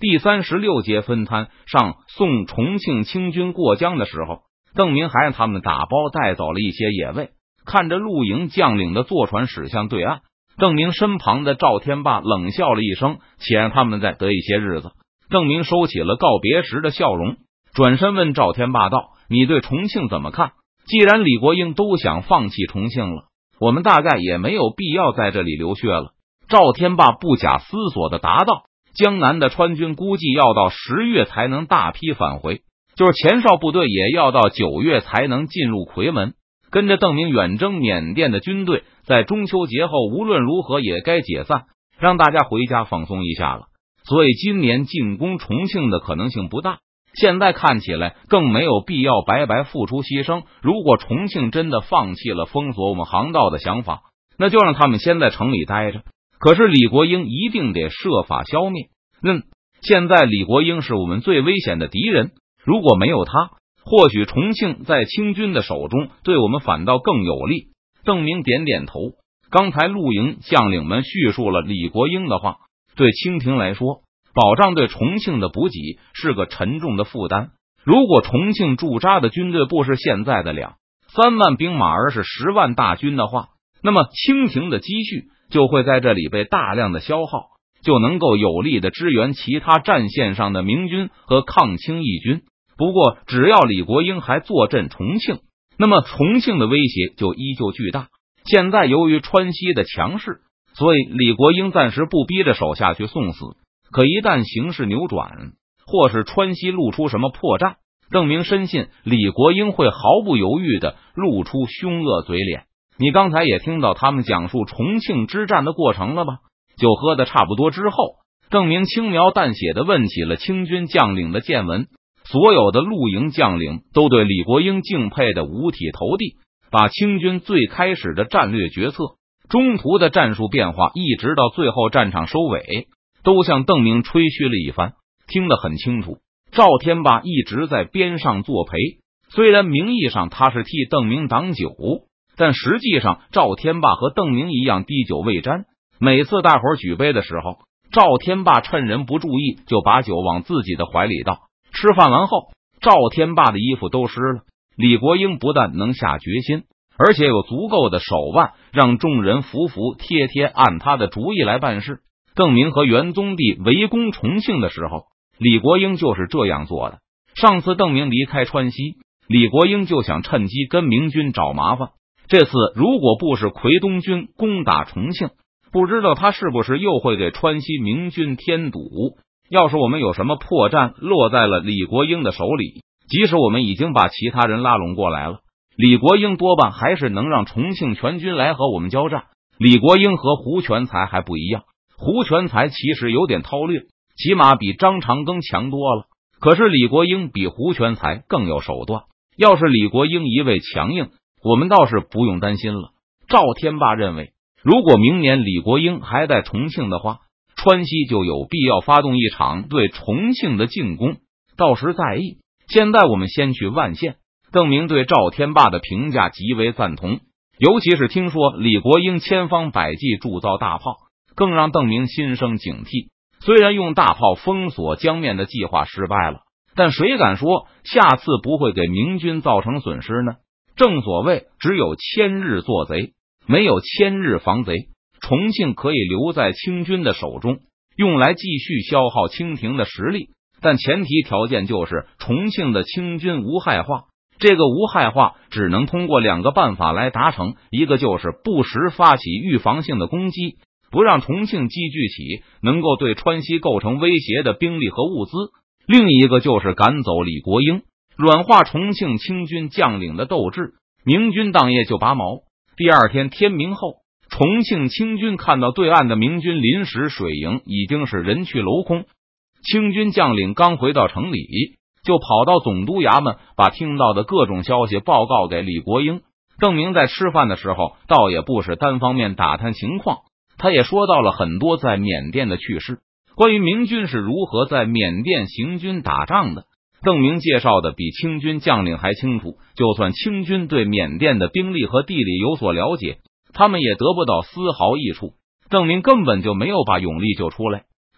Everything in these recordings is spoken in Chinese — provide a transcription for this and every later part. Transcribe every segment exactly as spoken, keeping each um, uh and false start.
第三十六节分摊上送重庆清军过江的时候，邓明还让他们打包带走了一些野味。看着陆营将领的坐船驶向对岸，邓明身旁的赵天霸冷笑了一声，且让他们再得一些日子。邓明收起了告别时的笑容，转身问赵天霸道：你对重庆怎么看？既然李国英都想放弃重庆了，我们大概也没有必要在这里流血了。赵天霸不假思索的答道：江南的川军估计要到十月才能大批返回，就是前哨部队也要到九月才能进入夔门。跟着邓明远征缅甸的军队在中秋节后无论如何也该解散，让大家回家放松一下了。所以今年进攻重庆的可能性不大，现在看起来更没有必要白白付出牺牲。如果重庆真的放弃了封锁我们航道的想法，那就让他们先在城里待着。可是李国英一定得设法消灭。嗯，现在李国英是我们最危险的敌人，如果没有他，或许重庆在清军的手中对我们反倒更有利。邓明点点头，刚才陆营将领们叙述了李国英的话，对清廷来说，保障对重庆的补给是个沉重的负担。如果重庆驻扎的军队不是现在的两三万兵马，而是十万大军的话，那么清廷的积蓄就会在这里被大量的消耗，就能够有力的支援其他战线上的明军和抗清义军。不过只要李国英还坐镇重庆，那么重庆的威胁就依旧巨大。现在由于川西的强势，所以李国英暂时不逼着手下去送死，可一旦形势扭转，或是川西露出什么破绽，邓明深信李国英会毫不犹豫地露出凶恶嘴脸。你刚才也听到他们讲述重庆之战的过程了吧？酒喝的差不多之后，邓明轻描淡写地问起了清军将领的见闻。所有的陆营将领都对李国英敬佩的五体投地，把清军最开始的战略决策、中途的战术变化，一直到最后战场收尾，都向邓明吹嘘了一番，听得很清楚。赵天霸一直在边上作陪，虽然名义上他是替邓明挡酒，但实际上赵天霸和邓明一样滴酒未沾。每次大伙儿举杯的时候，赵天霸趁人不注意就把酒往自己的怀里倒。吃饭完后，赵天霸的衣服都湿了。李国英不但能下决心，而且有足够的手腕，让众人服服帖帖按他的主意来办事。邓明和元宗帝围攻重庆的时候，李国英就是这样做的。上次邓明离开川西，李国英就想趁机跟明军找麻烦。这次如果不是奎东军攻打重庆，不知道他是不是又会给川西明军添堵。要是我们有什么破绽落在了李国英的手里，即使我们已经把其他人拉拢过来了，李国英多半还是能让重庆全军来和我们交战。李国英和胡全才还不一样，胡全才其实有点韬略，起码比张长庚强多了。可是李国英比胡全才更有手段，要是李国英一味强硬，我们倒是不用担心了。赵天霸认为，如果明年李国英还在重庆的话，川西就有必要发动一场对重庆的进攻，到时再议。现在我们先去万县。邓明对赵天霸的评价极为赞同，尤其是听说李国英千方百计铸造大炮，更让邓明心生警惕。虽然用大炮封锁江面的计划失败了，但谁敢说下次不会给明军造成损失呢？正所谓只有千日做贼，没有千日防贼。重庆可以留在清军的手中，用来继续消耗清廷的实力，但前提条件就是重庆的清军无害化。这个无害化只能通过两个办法来达成，一个就是不时发起预防性的攻击，不让重庆积聚起能够对川西构成威胁的兵力和物资；另一个就是赶走李国英，软化重庆清军将领的斗志。明军当夜就拔毛。第二天天明后，重庆清军看到对岸的明军临时水营已经是人去楼空，清军将领刚回到城里，就跑到总督衙门，把听到的各种消息报告给李国英。邓明在吃饭的时候倒也不是单方面打探情况，他也说到了很多在缅甸的趣事，关于明军是如何在缅甸行军打仗的，邓明介绍的比清军将领还清楚。就算清军对缅甸的兵力和地理有所了解，他们也得不到丝毫益处。邓明根本就没有把永利救出来，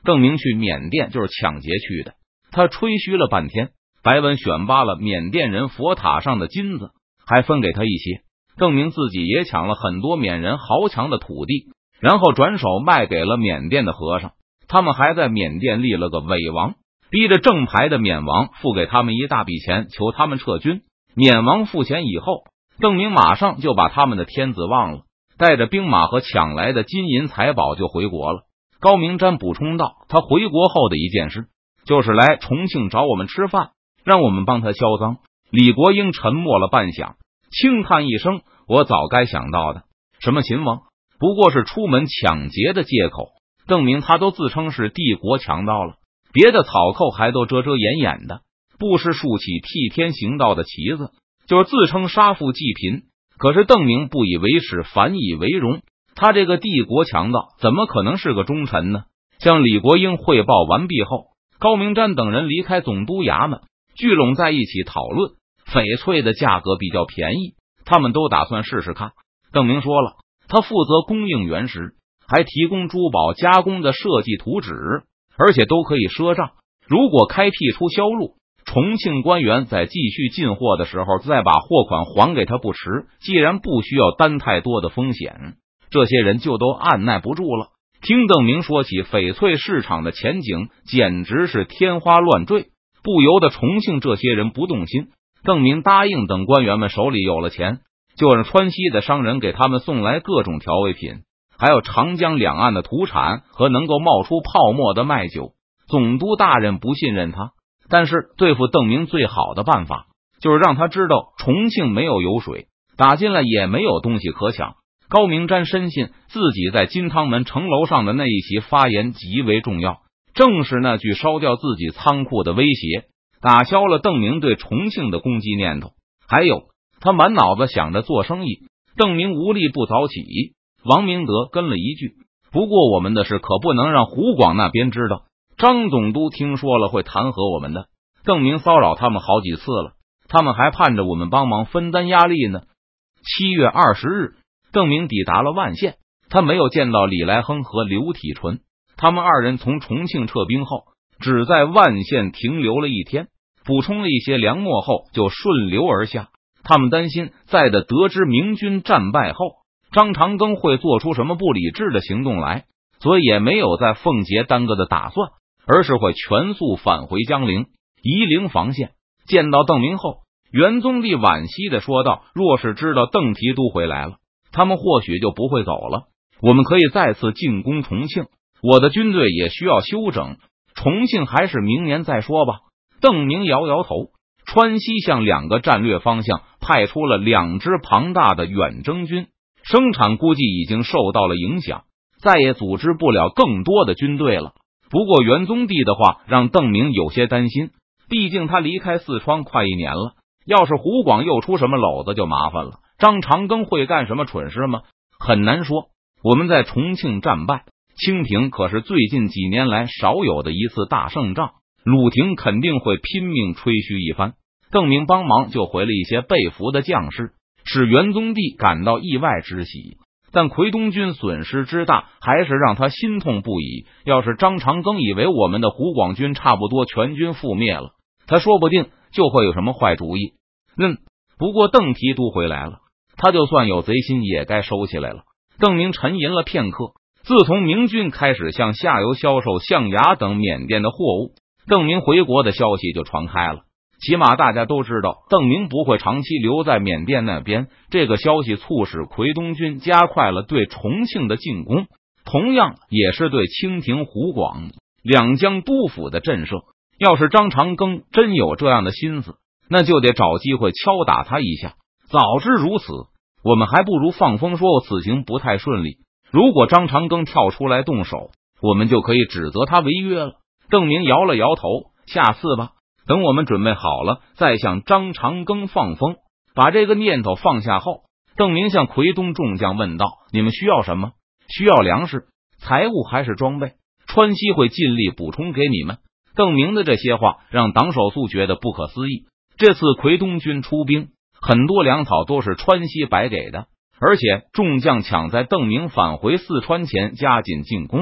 邓明去缅甸就是抢劫去的。他吹嘘了半天，白文选拔了缅甸人佛塔上的金子，还分给他一些。邓明自己也抢了很多缅人豪强的土地，然后转手卖给了缅甸的和尚。他们还在缅甸立了个伪王，逼着正牌的缅王付给他们一大笔钱，求他们撤军。缅王付钱以后，邓明马上就把他们的天子忘了，带着兵马和抢来的金银财宝就回国了。高明瞻补充道，他回国后的一件事就是来重庆找我们吃饭，让我们帮他销赃。李国英沉默了半晌，轻叹一声，我早该想到的，什么秦王不过是出门抢劫的借口，邓明他都自称是帝国强盗了，别的草寇还都遮遮掩掩的，不是竖起替天行道的旗子，就是自称杀富济贫。可是邓明不以为耻，反以为荣，他这个帝国强盗怎么可能是个忠臣呢？向李国英汇报完毕后，高明瞻等人离开总督衙门，聚拢在一起讨论。翡翠的价格比较便宜，他们都打算试试看。邓明说了，他负责供应原石，还提供珠宝加工的设计图纸，而且都可以赊账。如果开辟出销路，重庆官员在继续进货的时候再把货款还给他不迟。既然不需要担太多的风险，这些人就都按耐不住了。听邓明说起翡翠市场的前景，简直是天花乱坠，不由得重庆这些人不动心。邓明答应，等官员们手里有了钱，就让川西的商人给他们送来各种调味品，还有长江两岸的土产和能够冒出泡沫的麦酒。总督大人不信任他，但是对付邓明最好的办法就是让他知道重庆没有油水，打进来也没有东西可抢。高明瞻深信自己在金汤门城楼上的那一席发言极为重要，正是那句烧掉自己仓库的威胁打消了邓明对重庆的攻击念头。还有，他满脑子想着做生意。邓明无力不早起，王明德跟了一句，不过我们的事可不能让湖广那边知道，张总督听说了会弹劾我们的。邓明骚扰他们好几次了，他们还盼着我们帮忙分担压力呢。七月二十日，邓明抵达了万县，他没有见到李来亨和刘体纯，他们二人从重庆撤兵后，只在万县停留了一天，补充了一些粮秣后就顺流而下。他们担心在的得知明军战败后，张长庚会做出什么不理智的行动来，所以也没有在奉节耽搁的打算，而是会全速返回江陵、夷陵防线。见到邓明后，元宗帝惋惜的说道，若是知道邓提督回来了，他们或许就不会走了，我们可以再次进攻重庆，我的军队也需要休整，重庆还是明年再说吧。邓明摇摇头，川西向两个战略方向派出了两支庞大的远征军，生产估计已经受到了影响，再也组织不了更多的军队了。不过元宗帝的话让邓明有些担心，毕竟他离开四川快一年了，要是湖广又出什么篓子就麻烦了。张长庚会干什么蠢事吗？很难说。我们在重庆战败，清廷可是最近几年来少有的一次大胜仗，鲁廷肯定会拼命吹嘘一番。邓明帮忙救回了一些被俘的将士，使元宗帝感到意外之喜，但奎东军损失之大还是让他心痛不已。要是张长庚以为我们的湖广军差不多全军覆灭了，他说不定就会有什么坏主意。嗯，不过邓提督回来了，他就算有贼心也该收起来了。邓明沉吟了片刻，自从明军开始向下游销售象牙等缅甸的货物，邓明回国的消息就传开了。起码大家都知道邓明不会长期留在缅甸那边，这个消息促使奎东军加快了对重庆的进攻，同样也是对清廷湖广两江督府的震慑。要是张长庚真有这样的心思，那就得找机会敲打他一下。早知如此，我们还不如放风说此行不太顺利，如果张长庚跳出来动手，我们就可以指责他违约了。邓明摇了摇头，下次吧，等我们准备好了再向张长庚放风。把这个念头放下后，邓明向奎东众将问道，你们需要什么？需要粮食、财物还是装备？川西会尽力补充给你们。邓明的这些话让党首素觉得不可思议。这次奎东军出兵，很多粮草都是川西白给的，而且众将抢在邓明返回四川前加紧进攻，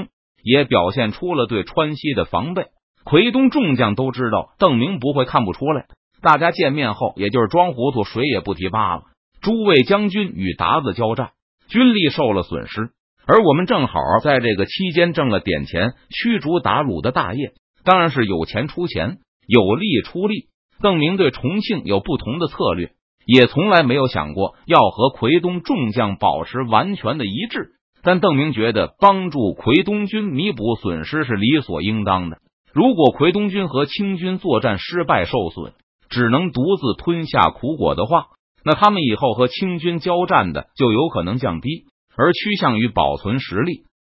也表现出了对川西的防备。奎东众将都知道邓明不会看不出来，大家见面后也就是装糊涂，谁也不提罢了。诸位将军与鞑子交战，军力受了损失，而我们正好在这个期间挣了点钱，驱逐鞑虏的大业，当然是有钱出钱，有力出力。邓明对重庆有不同的策略，也从来没有想过要和奎东众将保持完全的一致，但邓明觉得帮助奎东军弥补损失是理所应当的。如果奎东军和清军作战失败受损，只能独自吞下苦果的话，那他们以后和清军交战的就有可能降低，而趋向于保存实力。